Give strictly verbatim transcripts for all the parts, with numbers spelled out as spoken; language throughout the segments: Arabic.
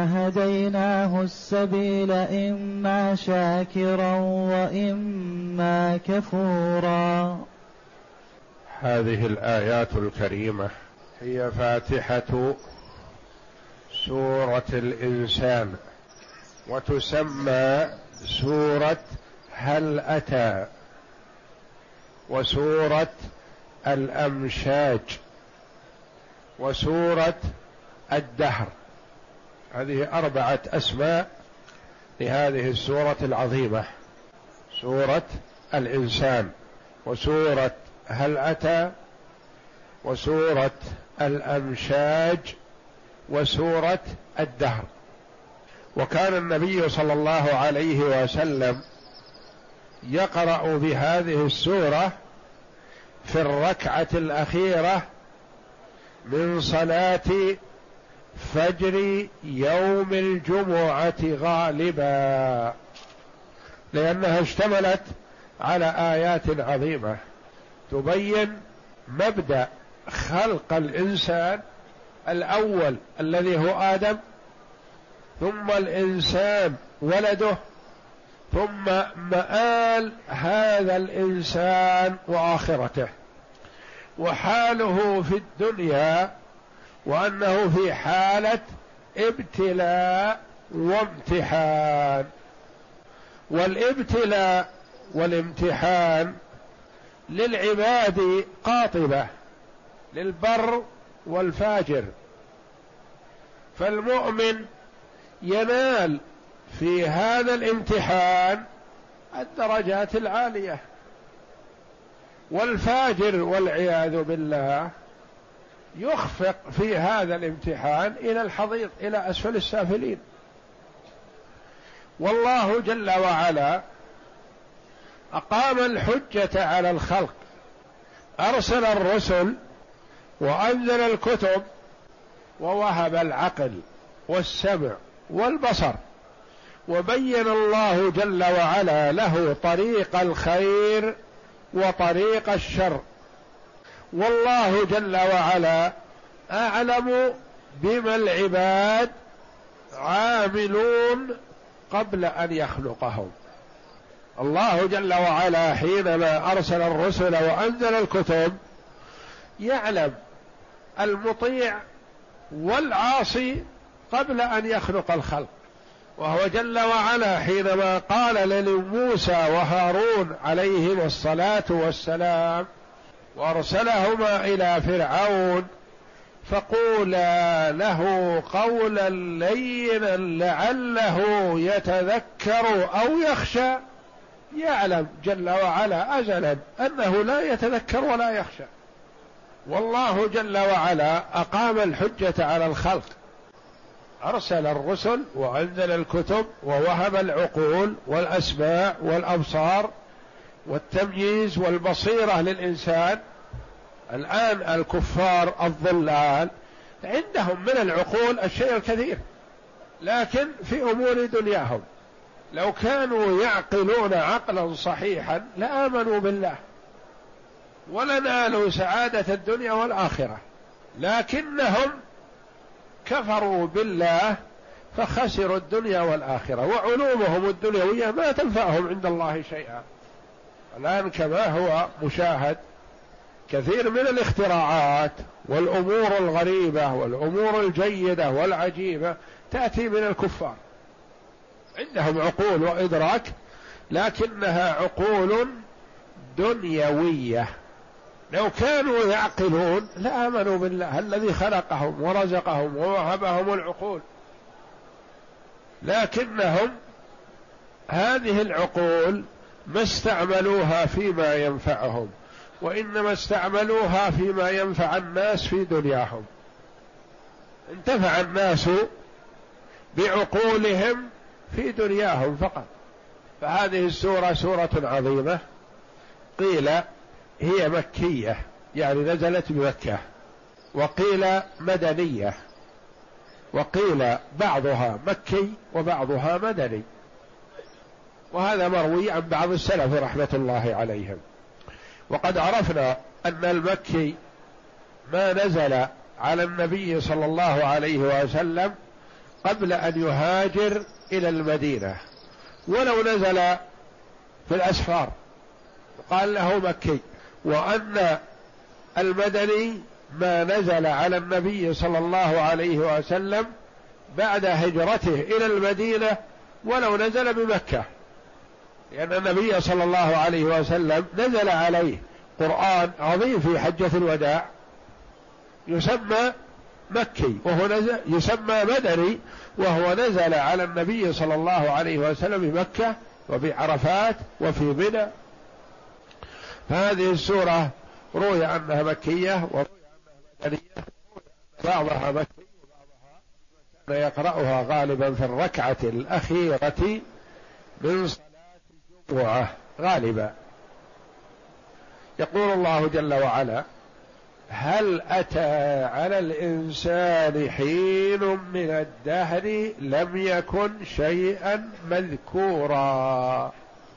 إنا هديناه السبيل إما شاكرا وإما كفورا. هذه الآيات الكريمة هي فاتحة سورة الإنسان، وتسمى سورة هل أتى، وسورة الأمشاج، وسورة الدهر. هذه أربعة أسماء لهذه السورة العظيمة: سورة الإنسان، وسورة هل أتى، وسورة الأمشاج، وسورة الدهر. وكان النبي صلى الله عليه وسلم يقرأ بهذه السورة في الركعة الأخيرة من صلاة فجر يوم الجمعة غالبا، لأنها اشتملت على آيات عظيمة تبين مبدأ خلق الإنسان الأول الذي هو آدم، ثم الإنسان ولده، ثم مآل هذا الإنسان وآخرته، وحاله في الدنيا، وأنه في حالة ابتلاء وامتحان. والابتلاء والامتحان للعباد قاطبة، للبر والفاجر. فالمؤمن ينال في هذا الامتحان الدرجات العالية، والفاجر والعياذ بالله يخفق في هذا الامتحان إلى الحضيض، إلى أسفل السافلين. والله جل وعلا أقام الحجة على الخلق، أرسل الرسل وأنزل الكتب ووهب العقل والسمع والبصر، وبين الله جل وعلا له طريق الخير وطريق الشر. والله جل وعلا أعلم بما العباد عاملون قبل أن يخلقهم. الله جل وعلا حينما أرسل الرسل وأنزل الكتب يعلم المطيع والعاصي قبل أن يخلق الخلق. وهو جل وعلا حينما قال لموسى وهارون عليهم الصلاة والسلام وأرسلهما إلى فرعون: فقولا له قولا لينا لعله يتذكر أو يخشى، يعلم جل وعلا أزلا أنه لا يتذكر ولا يخشى. والله جل وعلا أقام الحجة على الخلق، أرسل الرسل وأنزل الكتب ووهب العقول والأسماع والأبصار والتمييز والبصيرة للإنسان. الآن الكفار الضلال عندهم من العقول الشيء الكثير، لكن في أمور دنياهم لو كانوا يعقلون عقلا صحيحا لآمنوا بالله ولنالوا سعادة الدنيا والآخرة، لكنهم كفروا بالله فخسروا الدنيا والآخرة، وعلومهم الدنيوية ما تنفعهم عند الله شيئا. الآن كما هو مشاهد كثير من الاختراعات والأمور الغريبة والأمور الجيدة والعجيبة تأتي من الكفار، عندهم عقول وإدراك لكنها عقول دنيوية. لو كانوا يعقلون لآمنوا بالله الذي خلقهم ورزقهم ووهبهم العقول، لكنهم هذه العقول ما استعملوها فيما ينفعهم، وإنما استعملوها فيما ينفع الناس في دنياهم. انتفع الناس بعقولهم في دنياهم فقط. فهذه السورة سورة عظيمة، قيل هي مكية يعني نزلت بمكة، وقيل مدنية، وقيل بعضها مكي وبعضها مدني، وهذا مروي عن بعض السلف رحمة الله عليهم. وقد عرفنا أن المكي ما نزل على النبي صلى الله عليه وسلم قبل أن يهاجر إلى المدينة، ولو نزل في الأسفار قال له مكي، وأن المدني ما نزل على النبي صلى الله عليه وسلم بعد هجرته إلى المدينة ولو نزل بمكة، لأن النبي صلى الله عليه وسلم نزل عليه قرآن عظيم في حجة الوداع يسمى مكي، وهو نزل يسمى مدني، وهو نزل على النبي صلى الله عليه وسلم بمكة وبعرفات وفي منى. فهذه السورة روي أنها مكية وروي أنها مدنية، بعضها مكي وبعضها كان يقرأها غالبا في الركعة الأخيرة من صلاة الجمعة غالبا. يقول الله جل وعلا: هل أتى على الإنسان حين من الدهر لم يكن شيئا مذكورا.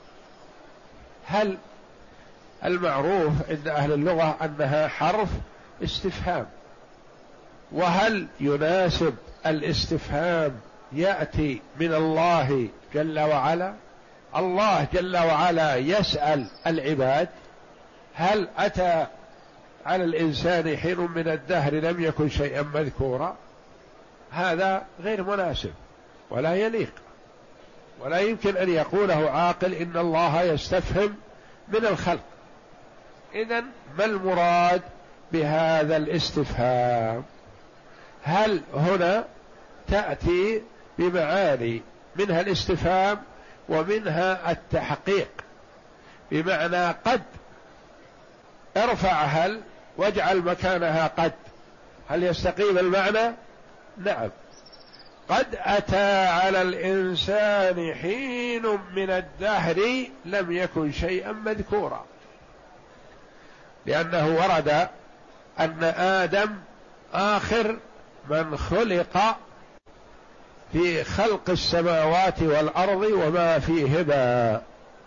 هل المعروف عند أهل اللغة أنها حرف استفهام، وهل يناسب الاستفهام يأتي من الله جل وعلا؟ الله جل وعلا يسأل العباد: هل أتى على الإنسان حين من الدهر لم يكن شيئا مذكورا؟ هذا غير مناسب ولا يليق، ولا يمكن أن يقوله عاقل إن الله يستفهم من الخلق. إذن ما المراد بهذا الاستفهام؟ هل هنا تأتي بمعاني، منها الاستفهام ومنها التحقيق، بمعنى قد ارفع هل واجعل مكانها قد، هل يستقيم المعنى؟ نعم. قد أتى على الإنسان حين من الدهر لم يكن شيئا مذكورا، لأنه ورد أن آدم آخر من خلق في خلق السماوات والأرض وما فيهما،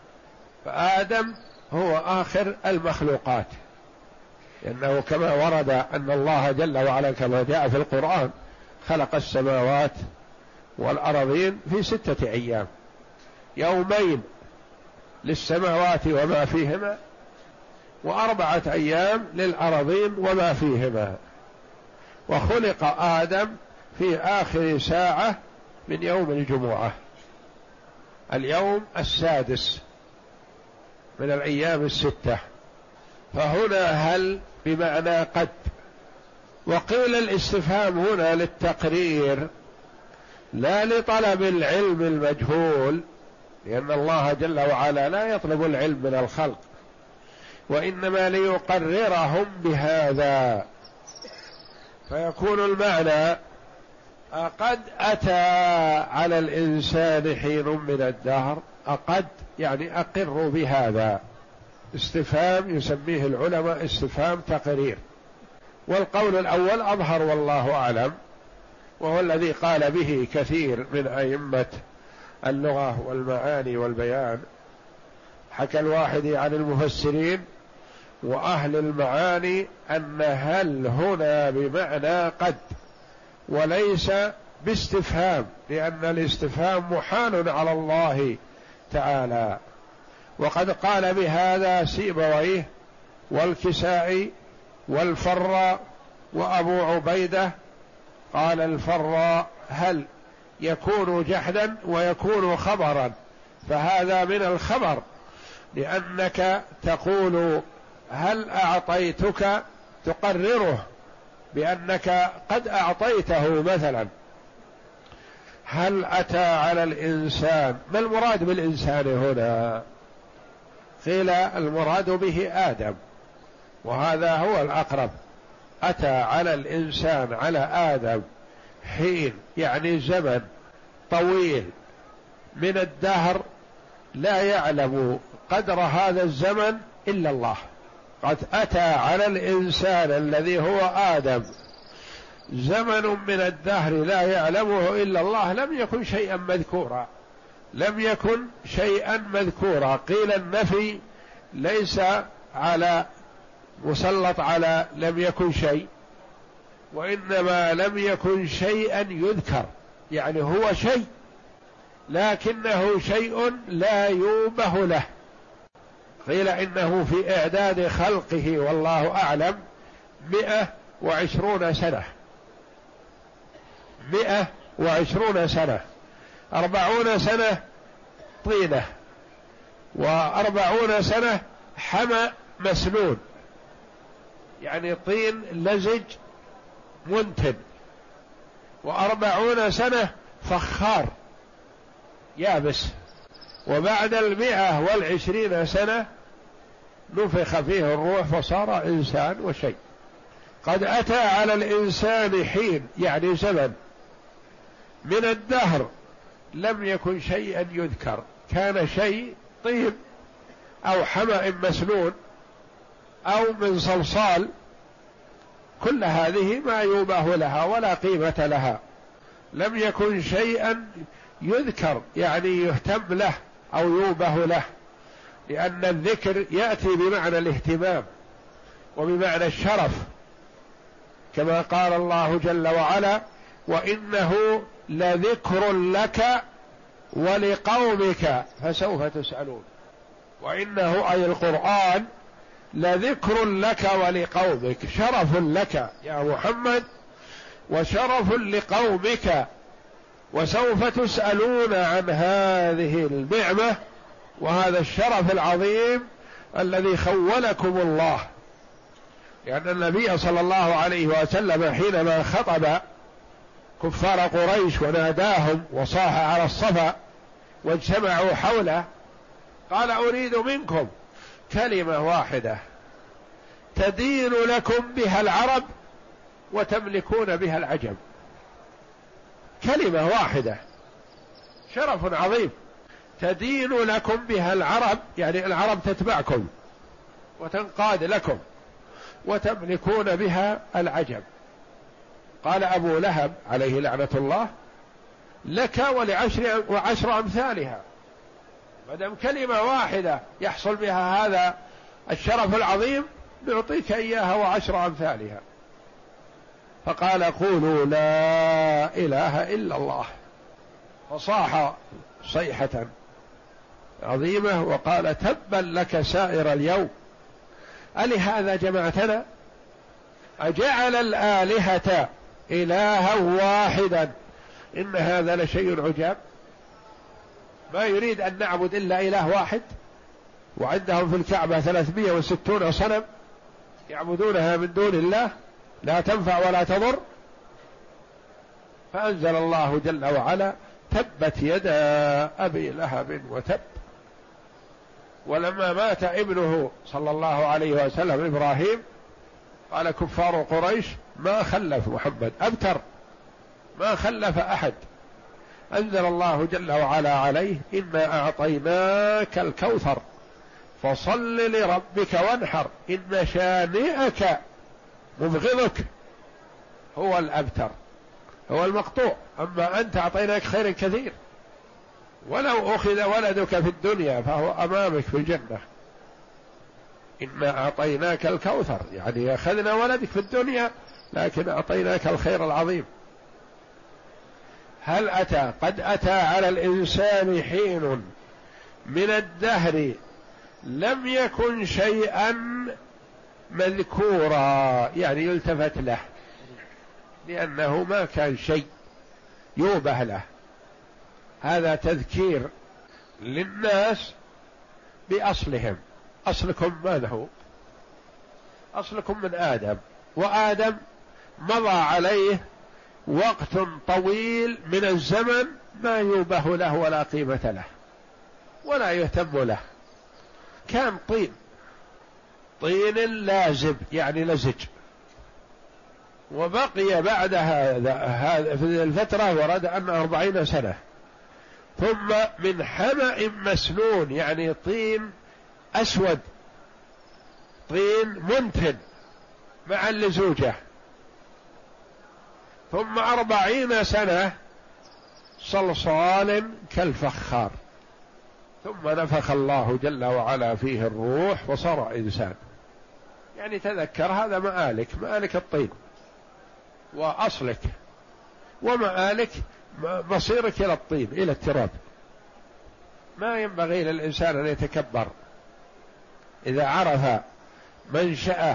فآدم هو آخر المخلوقات، لأنه كما ورد أن الله جل وعلا كما جاء في القرآن خلق السماوات والأرضين في ستة أيام، يومين للسماوات وما فيهما، وأربعة أيام للأرضين وما فيهما. وخلق آدم في آخر ساعة من يوم الجمعة، اليوم السادس من الأيام الستة. فهنا هل بمعنى قد، وقيل الاستفهام هنا للتقرير لا لطلب العلم المجهول، لأن الله جل وعلا لا يطلب العلم من الخلق، وإنما ليقررهم بهذا. فيكون المعنى: أقد أتى على الإنسان حين من الدهر، أقد يعني أقر بهذا. استفهام يسميه العلماء استفهام تقرير، والقول الأول أظهر والله أعلم، وهو الذي قال به كثير من أئمة اللغة والمعاني والبيان. حكى الواحدي عن المفسرين وأهل المعاني أن هل هنا بمعنى قد وليس باستفهام، لأن الاستفهام محال على الله تعالى. وقد قال بهذا سيبويه والكسائي والفراء وأبو عبيدة. قال الفراء: هل يكون جحدا ويكون خبرا، فهذا من الخبر، لأنك تقول هل أعطيتك، تقرره بأنك قد أعطيته. مثلا هل أتى على الإنسان، ما المراد بالإنسان هنا؟ قيل المراد به آدم، وهذا هو الأقرب. أتى على الإنسان على آدم حين يعني زمن طويل من الدهر لا يعلم قدر هذا الزمن إلا الله. قد أتى على الإنسان الذي هو آدم زمن من الدهر لا يعلمه إلا الله، لم يكن شيئا مذكورا، لم يكن شيئا مذكورا. قيل النفي ليس على مسلط على لم يكن شيء، وإنما لم يكن شيئا يذكر، يعني هو شيء لكنه شيء لا يوبه له. قيل إنه في إعداد خلقه والله أعلم مئة وعشرون سنة، مئة وعشرون سنة، أربعون سنة طينة، وأربعون سنة حمى مسنون، يعني طين لزج منتن، وأربعون سنة فخار يابس، وبعد المئة والعشرين سنة نفخ فيه الروح فصار إنسان وشيء. قد أتى على الإنسان حين، يعني زمن من الدهر لم يكن شيئا يذكر، كان شيء طيب أو حمأ مسنون أو من صلصال، كل هذه ما يوبه لها ولا قيمة لها، لم يكن شيئا يذكر يعني يهتم له أو يوبه له، لأن الذكر يأتي بمعنى الاهتمام وبمعنى الشرف، كما قال الله جل وعلا: وإنه لذكر لك ولقومك فسوف تسألون. وإنه أي القرآن لذكر لك ولقومك، شرف لك يا محمد وشرف لقومك، وسوف تسألون عن هذه النعمة وهذا الشرف العظيم الذي خولكم الله. لأن النبي صلى الله عليه وسلم حينما خطب كفار قريش وناداهم وصاح على الصفا واجتمعوا حوله قال: أريد منكم كلمة واحدة تدين لكم بها العرب وتملكون بها العجم. كلمة واحدة، شرف عظيم، تدين لكم بها العرب، يعني العرب تتبعكم وتنقاد لكم، وتملكون بها العجم. قال أبو لهب عليه لعنة الله: لك ولعشر وعشر أمثالها. ما دام كلمة واحدة يحصل بها هذا الشرف العظيم نعطيك إياها وعشر أمثالها. فقال: قولوا لا إله إلا الله. فصاح صيحة عظيمة وقال: تبا لك سائر اليوم، ألهذا جمعتنا؟ أجعل الآلهة إلها واحدا إن هذا لشيء عجاب. ما يريد أن نعبد إلا إله واحد، وعندهم في الكعبة ثلاثمائة وستون صنم يعبدونها من دون الله لا تنفع ولا تضر. فأنزل الله جل وعلا: تبت يدا أبي لهب وتب. ولما مات ابنه صلى الله عليه وسلم إبراهيم قال كفار قريش: ما خلف محمد، أبتر، ما خلف أحد. أنزل الله جل وعلا عليه: إنا أعطيناك الكوثر فصل لربك وانحر إن شانئك مبغضك هو الأبتر، هو المقطوع، أما أنت أعطيناك خير كثير، ولو أخذ ولدك في الدنيا فهو أمامك في الجنة. إنا أعطيناك الكوثر، يعني أخذنا ولدك في الدنيا لكن أعطيناك الخير العظيم. هل أتى قد أتى على الإنسان حين من الدهر لم يكن شيئا مذكورا، يعني يلتفت له، لأنه ما كان شيء يوبه له. هذا تذكير للناس بأصلهم. أصلكم ماذا هو؟ أصلكم من آدم، وآدم مضى عليه وقت طويل من الزمن ما يوبه له ولا قيمة له ولا يهتم له. كان طين، طين لازب يعني لزج، وبقي بعد هذا في الفترة ورد أن أربعين سنة، ثم من حمأ مسنون يعني طين أسود، طين منتن مع اللزوجة، ثم أربعين سنة صلصال كالفخار، ثم نفخ الله جل وعلا فيه الروح فصار إنسان. يعني تذكر هذا مآلك، مآلك الطين وأصلك، ومآلك مصيرك إلى الطين إلى التراب. ما ينبغي للإنسان أن يتكبر إذا عرف منشأه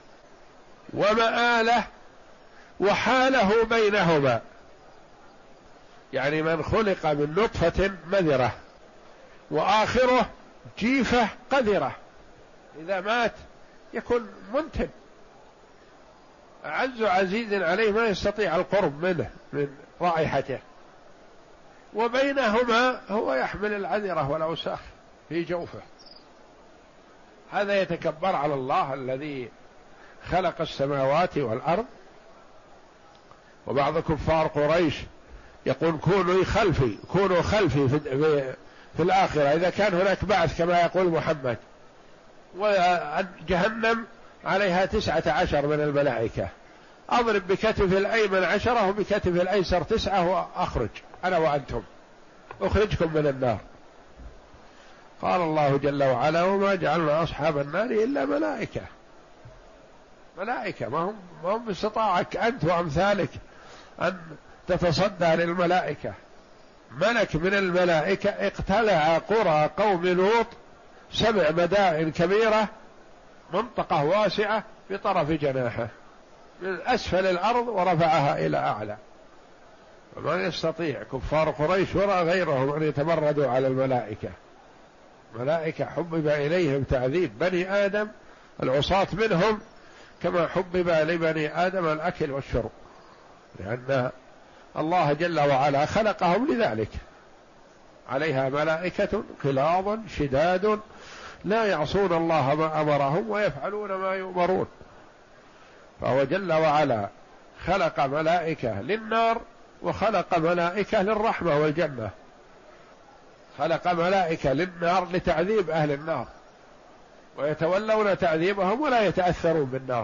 ومآله وحاله بينهما. يعني من خلق من نطفة مذرة وآخره جيفة قذرة، إذا مات يكون منتن، أعز عزيز عليه ما يستطيع القرب منه من رائحته، وبينهما هو يحمل العذرة والأوساخ في جوفه. هذا يتكبر على الله الذي خلق السماوات والأرض. وبعض كفار قريش يقول كونوا خلفي كونوا خلفي في, في, في الآخرة إذا كان هناك بعث كما يقول محمد. وجهنم عليها تسعة عشر من الملائكة، أضرب بكتف الأيمن عشرة وبكتف الأيسر تسعة وأخرج أنا وأنتم أخرجكم من النار. قال الله جل وعلا وما جعلنا أصحاب النار إلا ملائكة. ملائكة ما هم ما هم باستطاعك أنت وأمثالك أن تتصدى للملائكة. ملك من الملائكة اقتلع قرى قوم لوط، سبع مدائن كبيرة، منطقة واسعة بطرف جناحه من أسفل الأرض ورفعها إلى أعلى. وما يستطيع كفار قريش ولا غيرهم أن يتمردوا على الملائكة. ملائكة حبب إليهم تعذيب بني آدم العصاة منهم كما حبب لبني آدم الأكل والشرب، لأن الله جل وعلا خلقهم لذلك. عليها ملائكة غلاظ شداد لا يعصون الله ما أمرهم ويفعلون ما يؤمرون. فهو جل وعلا خلق ملائكة للنار وخلق ملائكة للرحمة والجنة. خلق ملائكة للنار لتعذيب أهل النار ويتولون تعذيبهم ولا يتأثرون بالنار.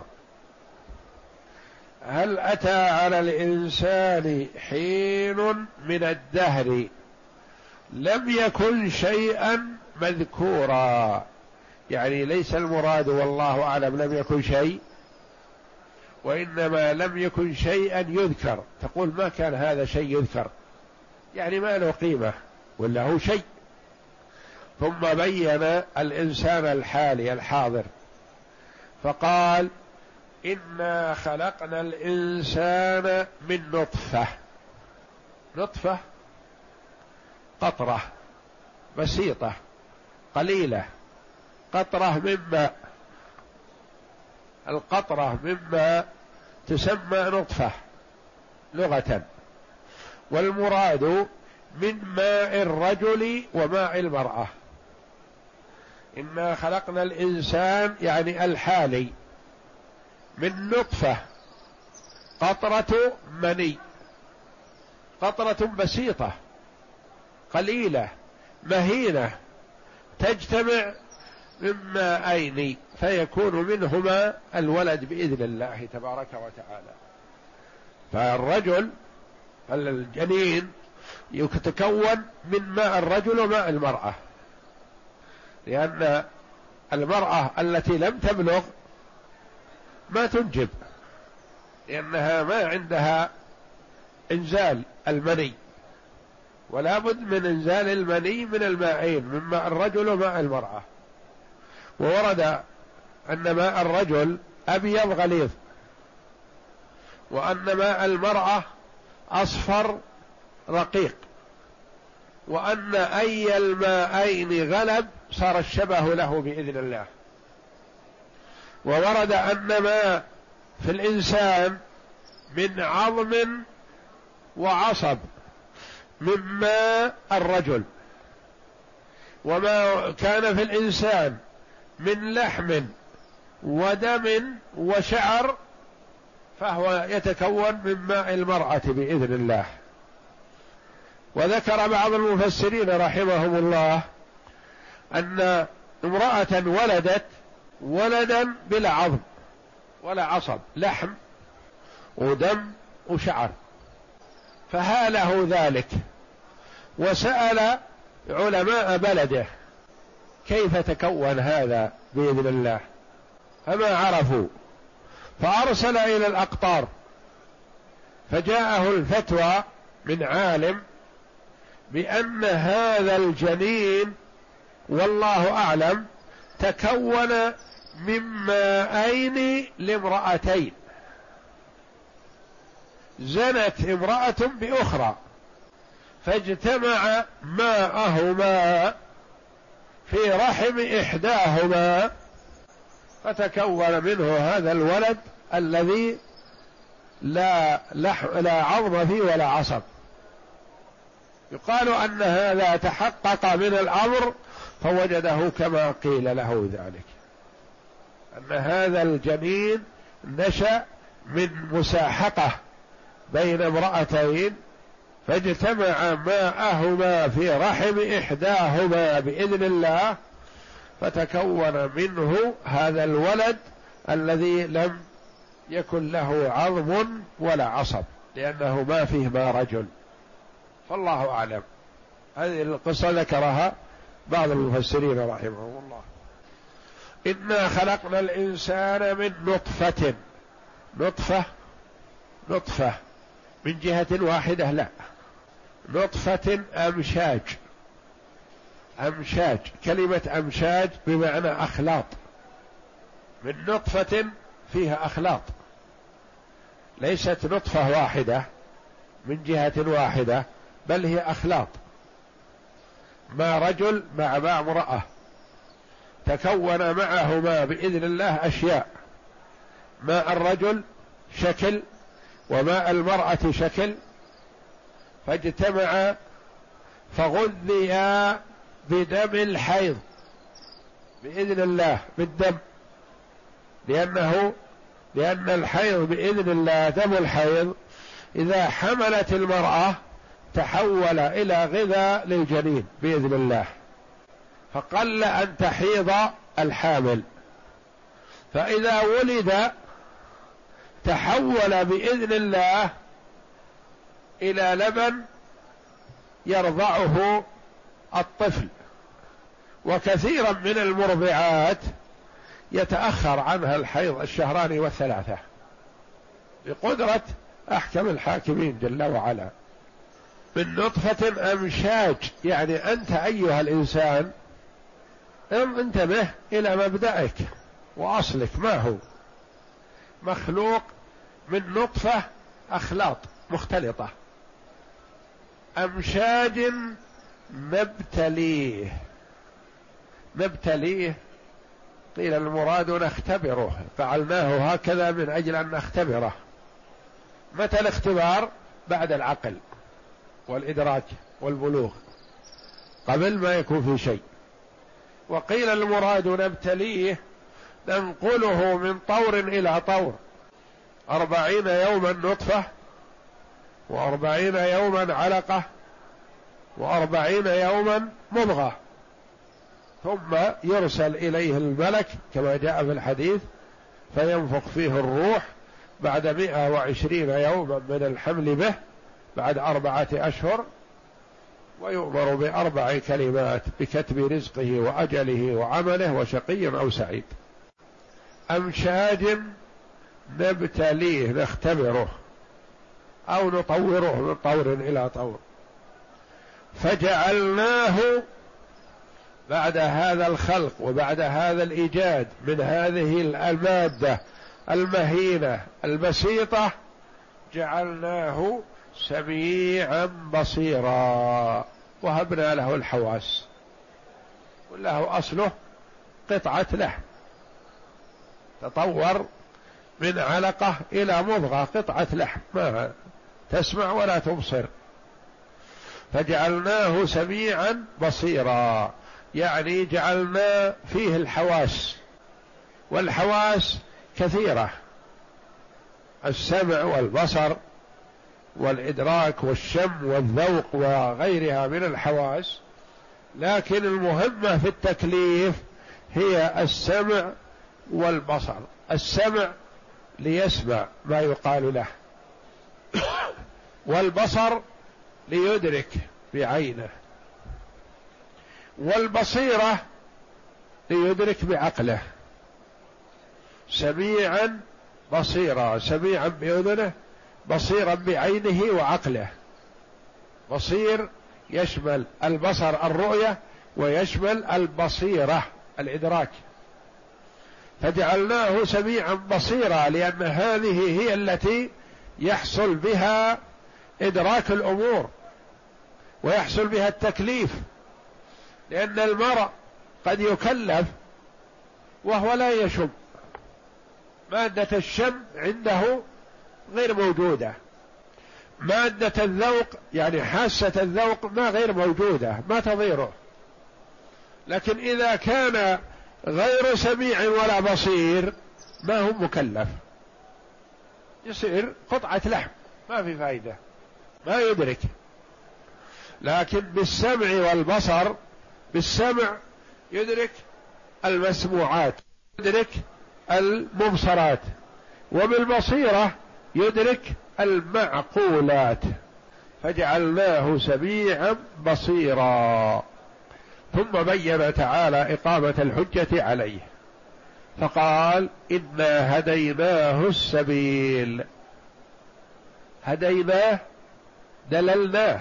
هل أتى على الإنسان حين من الدهر لم يكن شيئا مذكورا؟ يعني ليس المراد والله أعلم لم يكن شيء، وإنما لم يكن شيئا يذكر. تقول ما كان هذا شيء يذكر، يعني ما له قيمة ولا هو شيء. ثم بين الإنسان الحالي الحاضر فقال إنا خلقنا الإنسان من نطفة. نطفة قطرة بسيطة قليلة، قطرة من ماء. القطرة من ماء تسمى نطفة لغة، والمراد من ماء الرجل وماء المرأة. إنا خلقنا الإنسان يعني الحالي من نطفة قطرة مني، قطرة بسيطة قليلة مهينة تجتمع من ماءين فيكون منهما الولد بإذن الله تبارك وتعالى. فالرجل الجنين يتكون من ماء الرجل وماء المرأة، لأن المرأة التي لم تبلغ ما تنجب، لأنها ما عندها إنزال المني، ولا بد من إنزال المني من الماءين، من ماء الرجل وماء المرأة. وورد أن ماء الرجل أبيض غليظ، وأن ماء المرأة أصفر رقيق، وأن أي الماءين غلب صار الشبه له بإذن الله. وورد أن ما في الإنسان من عظم وعصب من ماء الرجل، وما كان في الإنسان من لحم ودم وشعر فهو يتكون من ماء المرأة بإذن الله. وذكر بعض المفسرين رحمهم الله أن امرأة ولدت ولدا بلا عظم ولا عصب، لحم ودم وشعر، فهاله ذلك وسأل علماء بلده كيف تكون هذا بإذن الله، فما عرفوا، فأرسل إلى الأقطار فجاءه الفتوى من عالم بأن هذا الجنين والله أعلم تكون من ماءين لامرأتين، زنت امرأة بأخرى فاجتمع ماءهما في رحم إحداهما فتكون منه هذا الولد الذي لا لحم لا عظم فيه ولا عصب. يقال أن هذا تحقق من الأمر فوجده كما قيل له ذلك، أن هذا الجنين نشأ من مساحقة بين امرأتين فاجتمع ماءهما في رحم إحداهما بإذن الله فتكون منه هذا الولد الذي لم يكن له عظم ولا عصب لأنه ما فيه ما رجل، فالله أعلم. هذه القصة ذكرها بعض المفسرين رحمهم الله. إنا خلقنا الإنسان من نطفة، نطفة نطفة من جهة واحدة، لا، نطفة أمشاج، أمشاج كلمة أمشاج بمعنى أخلاط، من نطفة فيها أخلاط، ليست نطفة واحدة من جهة واحدة بل هي أخلاط، ما رجل مع ما امرأة تكون معهما بإذن الله أشياء، ماء الرجل شكل وماء المرأة شكل، فاجتمع فغذيا بدم الحيض بإذن الله، بالدم، لأنه لأن الحيض بإذن الله دم الحيض إذا حملت المرأة تحول إلى غذاء للجنين بإذن الله، فقل أن تحيض الحامل، فإذا ولد تحول بإذن الله إلى لبن يرضعه الطفل. وكثيرا من المرضعات يتأخر عنها الحيض الشهران والثلاثة بقدرة أحكم الحاكمين جل وعلا. من نطفة أمشاج، يعني أنت أيها الإنسان انتبه إلى مبدأك وأصلك، ما هو مخلوق من نطفة أخلاط مختلطة، أمشاج نبتليه، نبتليه قيل المراد نختبره، فعلناه هكذا من أجل أن نختبره. متى الاختبار؟ بعد العقل والإدراك والبلوغ، قبل ما يكون في شيء. وقيل المراد نبتليه ننقله من طور إلى طور، أربعين يوما نطفة، وأربعين يوما علقة، وأربعين يوما مضغة، ثم يرسل إليه الملك كما جاء في الحديث فينفخ فيه الروح بعد مئة وعشرين يوما من الحمل به بعد أربعة أشهر، ويؤمر بأربع كلمات بكتب رزقه وأجله وعمله وشقي أو سعيد. أمشاج نبتليه نختبره أو نطوره من طور إلى طور، فجعلناه بعد هذا الخلق وبعد هذا الإيجاد من هذه المادة المهينة البسيطة جعلناه سميعا بصيرا، وهبنا له الحواس، وله أصله قطعة لحم تطور من علقة إلى مضغة، قطعة لحم ما تسمع ولا تبصر، فجعلناه سميعا بصيرا، يعني جعلنا فيه الحواس، والحواس كثيرة، السمع والبصر والإدراك والشم والذوق وغيرها من الحواس، لكن المهمة في التكليف هي السمع والبصر. السمع ليسمع ما يقال له، والبصر ليدرك بعينه، والبصيرة ليدرك بعقله. سميعا بصيرا، سميعا بأذنه، بصيرا بعينه وعقله، بصير يشمل البصر الرؤية ويشمل البصيرة الإدراك، فجعلناه سميعا بصيرا لأن هذه هي التي يحصل بها إدراك الأمور ويحصل بها التكليف، لأن المرء قد يكلف وهو لا يشم، مادة الشم عنده غير موجودة، مادة الذوق يعني حاسة الذوق ما غير موجودة ما تضيره، لكن إذا كان غير سميع ولا بصير ما هو مكلف، يصير قطعة لحم ما في فائدة ما يدرك. لكن بالسمع والبصر، بالسمع يدرك المسموعات يدرك المبصرات، وبالبصيرة يدرك المعقولات، فجعلناه سميعا بصيرا. ثم بين تعالى إقامة الحجة عليه فقال إنا هديناه السبيل. هديناه دللناه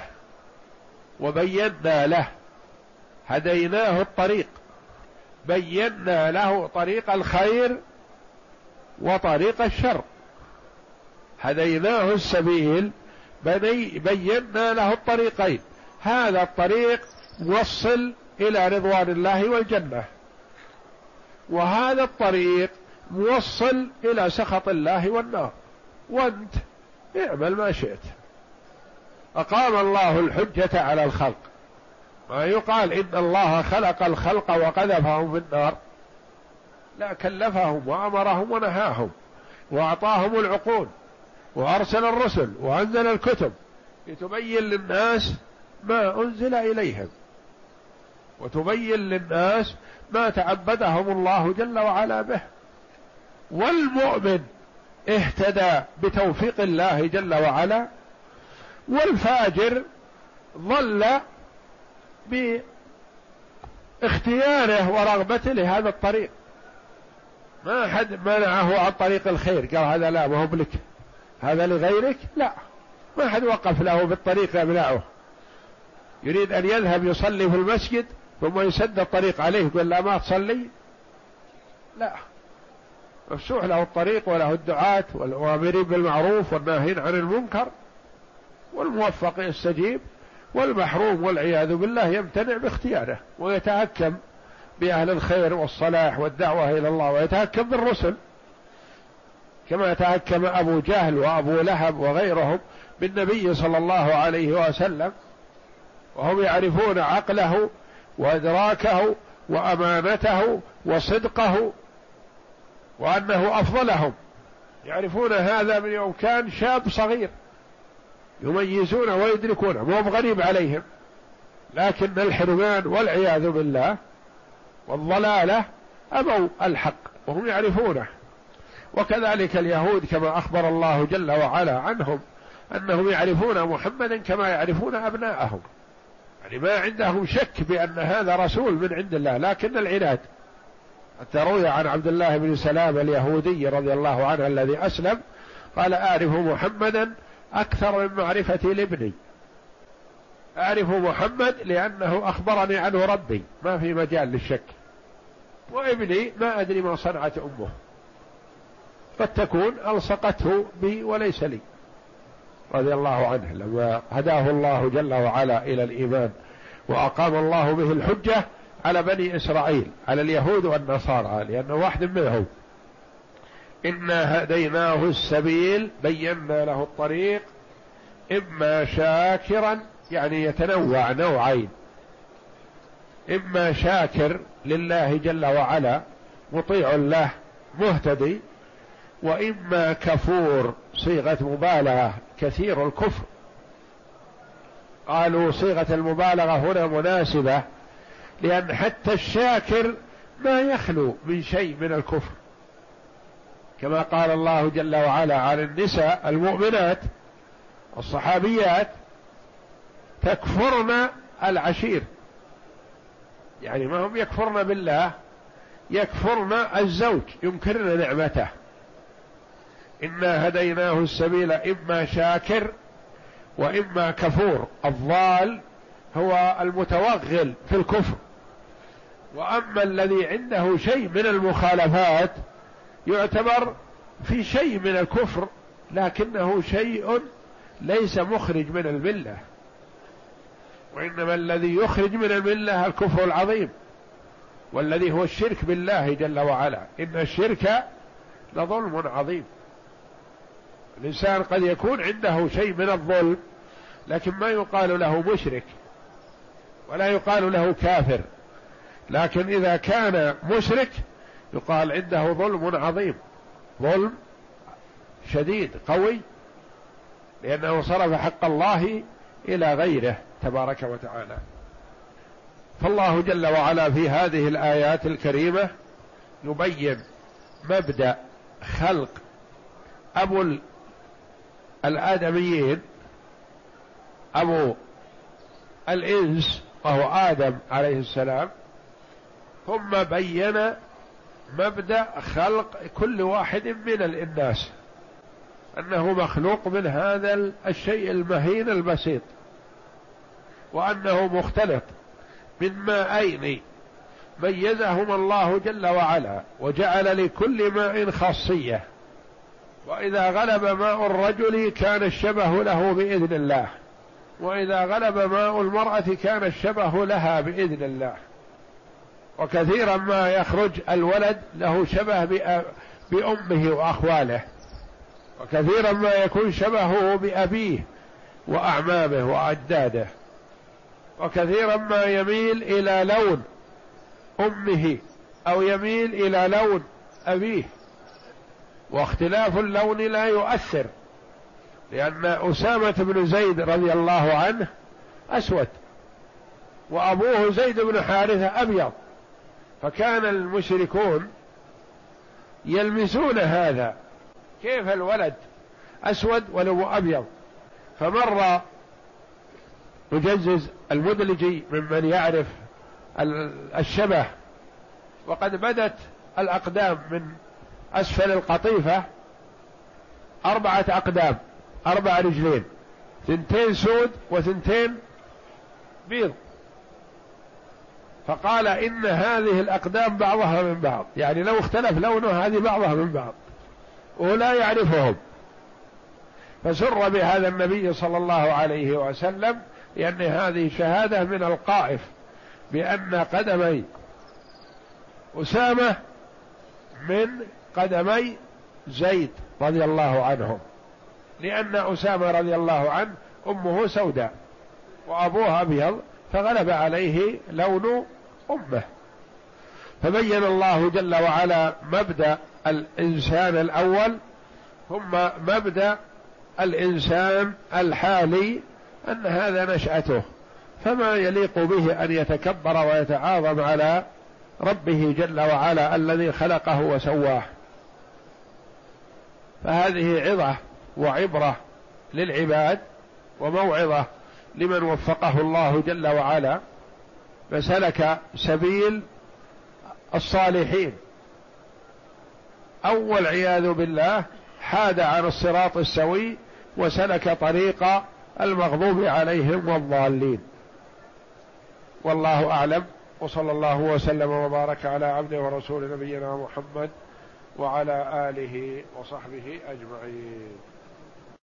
وبينا له، هديناه الطريق، بينا له طريق الخير وطريق الشر. هديناه السبيل بينا له الطريقين، هذا الطريق موصل إلى رضوان الله والجنة، وهذا الطريق موصل إلى سخط الله والنار، وانت اعمل ما شئت. أقام الله الحجة على الخلق، ما يقال إن الله خلق الخلق وقذفهم في النار، لا، كلفهم وأمرهم ونهاهم وأعطاهم العقول وأرسل الرسل وأنزل الكتب لتبين للناس ما أنزل إليهم وتبين للناس ما تعبدهم الله جل وعلا به. والمؤمن اهتدى بتوفيق الله جل وعلا، والفاجر ضل باختياره ورغبته لهذا الطريق، ما أحد منعه عن طريق الخير قال هذا لا ما هو بلك هذا لغيرك، لا، ما أحد وقف له بالطريق يمنعه. يريد أن يذهب يصلي في المسجد ثم يسد الطريق عليه يقول لا ما تصلي، لا، مفتوح له الطريق وله الدعاة والآمرين بالمعروف والناهين عن المنكر، والموفق يستجيب، والمحروم والعياذ بالله يمتنع باختياره ويتهكم بأهل الخير والصلاح والدعوة إلى الله، ويتهكم بالرسل كما تهكم أبو جهل وأبو لهب وغيرهم بالنبي صلى الله عليه وسلم، وهم يعرفون عقله وإدراكه وأمانته وصدقه وأنه أفضلهم، يعرفون هذا من يوم كان شاب صغير، يميزون ويدركونه، مو غريب عليهم، لكن الحرمان والعياذ بالله والضلالة أبوا الحق وهم يعرفونه. وكذلك اليهود كما أخبر الله جل وعلا عنهم أنهم يعرفون محمدا كما يعرفون أبناءهم، يعني ما عندهم شك بأن هذا رسول من عند الله، لكن العناد. حتى روي عن عبد الله بن سلام اليهودي رضي الله عنه الذي أسلم قال أعرف محمدا أكثر من معرفتي لابني، أعرف محمد لأنه أخبرني عنه ربي ما في مجال للشك، وابني ما أدري ما صنعت أمه، قد تكون ألصقته بي وليس لي، رضي الله عنه لما هداه الله جل وعلا إلى الإيمان وأقام الله به الحجة على بني إسرائيل، على اليهود والنصارى، لأنه واحد منهم. إنا هديناه السبيل بينا له الطريق، إما شاكرا يعني يتنوع نوعين، إما شاكر لله جل وعلا مطيع له مهتدي، وإما كفور صيغة مبالغة كثير الكفر. قالوا صيغة المبالغة هنا مناسبة لأن حتى الشاكر ما يخلو من شيء من الكفر، كما قال الله جل وعلا عن النساء المؤمنات الصحابيات تكفرن العشير، يعني ما هم يكفرن بالله، يكفرن الزوج، ينكرن نعمته. إنا هديناه السبيل إما شاكر وإما كفور. الضال هو المتوغل في الكفر، وأما الذي عنده شيء من المخالفات يعتبر في شيء من الكفر لكنه شيء ليس مخرج من الملة، وإنما الذي يخرج من الملة الكفر العظيم، والذي هو الشرك بالله جل وعلا. إن الشرك لظلم عظيم. الإنسان قد يكون عنده شيء من الظلم لكن ما يقال له مشرك ولا يقال له كافر، لكن إذا كان مشرك يقال عنده ظلم عظيم، ظلم شديد قوي، لأنه صرف حق الله إلى غيره تبارك وتعالى. فالله جل وعلا في هذه الآيات الكريمة يبين مبدأ خلق أبو الآدميين، أبو الإنس وهو آدم عليه السلام، ثم بين مبدأ خلق كل واحد من الناس، أنه مخلوق من هذا الشيء المهين البسيط، وأنه مختلط من ماءين ميزهما الله جل وعلا، وجعل لكل ماء خاصية، وإذا غلب ماء الرجل كان الشبه له بإذن الله، وإذا غلب ماء المرأة كان الشبه لها بإذن الله. وكثيرا ما يخرج الولد له شبه بأمه وأخواله، وكثيرا ما يكون شبهه بأبيه وأعمامه وأجداده، وكثيرا ما يميل إلى لون أمه أو يميل إلى لون أبيه، واختلاف اللون لا يؤثر، لأن أسامة بن زيد رضي الله عنه أسود وأبوه زيد بن حارثة أبيض، فكان المشركون يلمسون هذا، كيف الولد أسود ولو أبيض؟ فمر مجزز المدلجي ممن يعرف الشبه، وقد بدت الأقدام من أسفل القطيفة أربعة أقدام، أربع رجلين، ثنتين سود وثنتين بيض، فقال إن هذه الأقدام بعضها من بعض، يعني لو اختلف لونه هذه بعضها من بعض، ولا يعرفهم. فسر بهذا النبي صلى الله عليه وسلم، لأن هذه شهادة من القائف بأن قدمي أسامة من قدمي زيد رضي الله عنهم، لأن أسامة رضي الله عنه أمه سوداء وأبوها أبيض، فغلب عليه لون أمه. فبين الله جل وعلا مبدأ الإنسان الأول، ثم مبدأ الإنسان الحالي، أن هذا نشأته، فما يليق به أن يتكبر ويتعاظم على ربه جل وعلا الذي خلقه وسواه. فهذه عظة وعبرة للعباد وموعظة لمن وفقه الله جل وعلا فسلك سبيل الصالحين، أو والعياذ بالله حاد عن الصراط السوي وسلك طريق المغضوب عليهم والضالين. والله أعلم، وصلى الله وسلم وبارك على عبده ورسول نبينا محمد وعلى آله وصحبه أجمعين.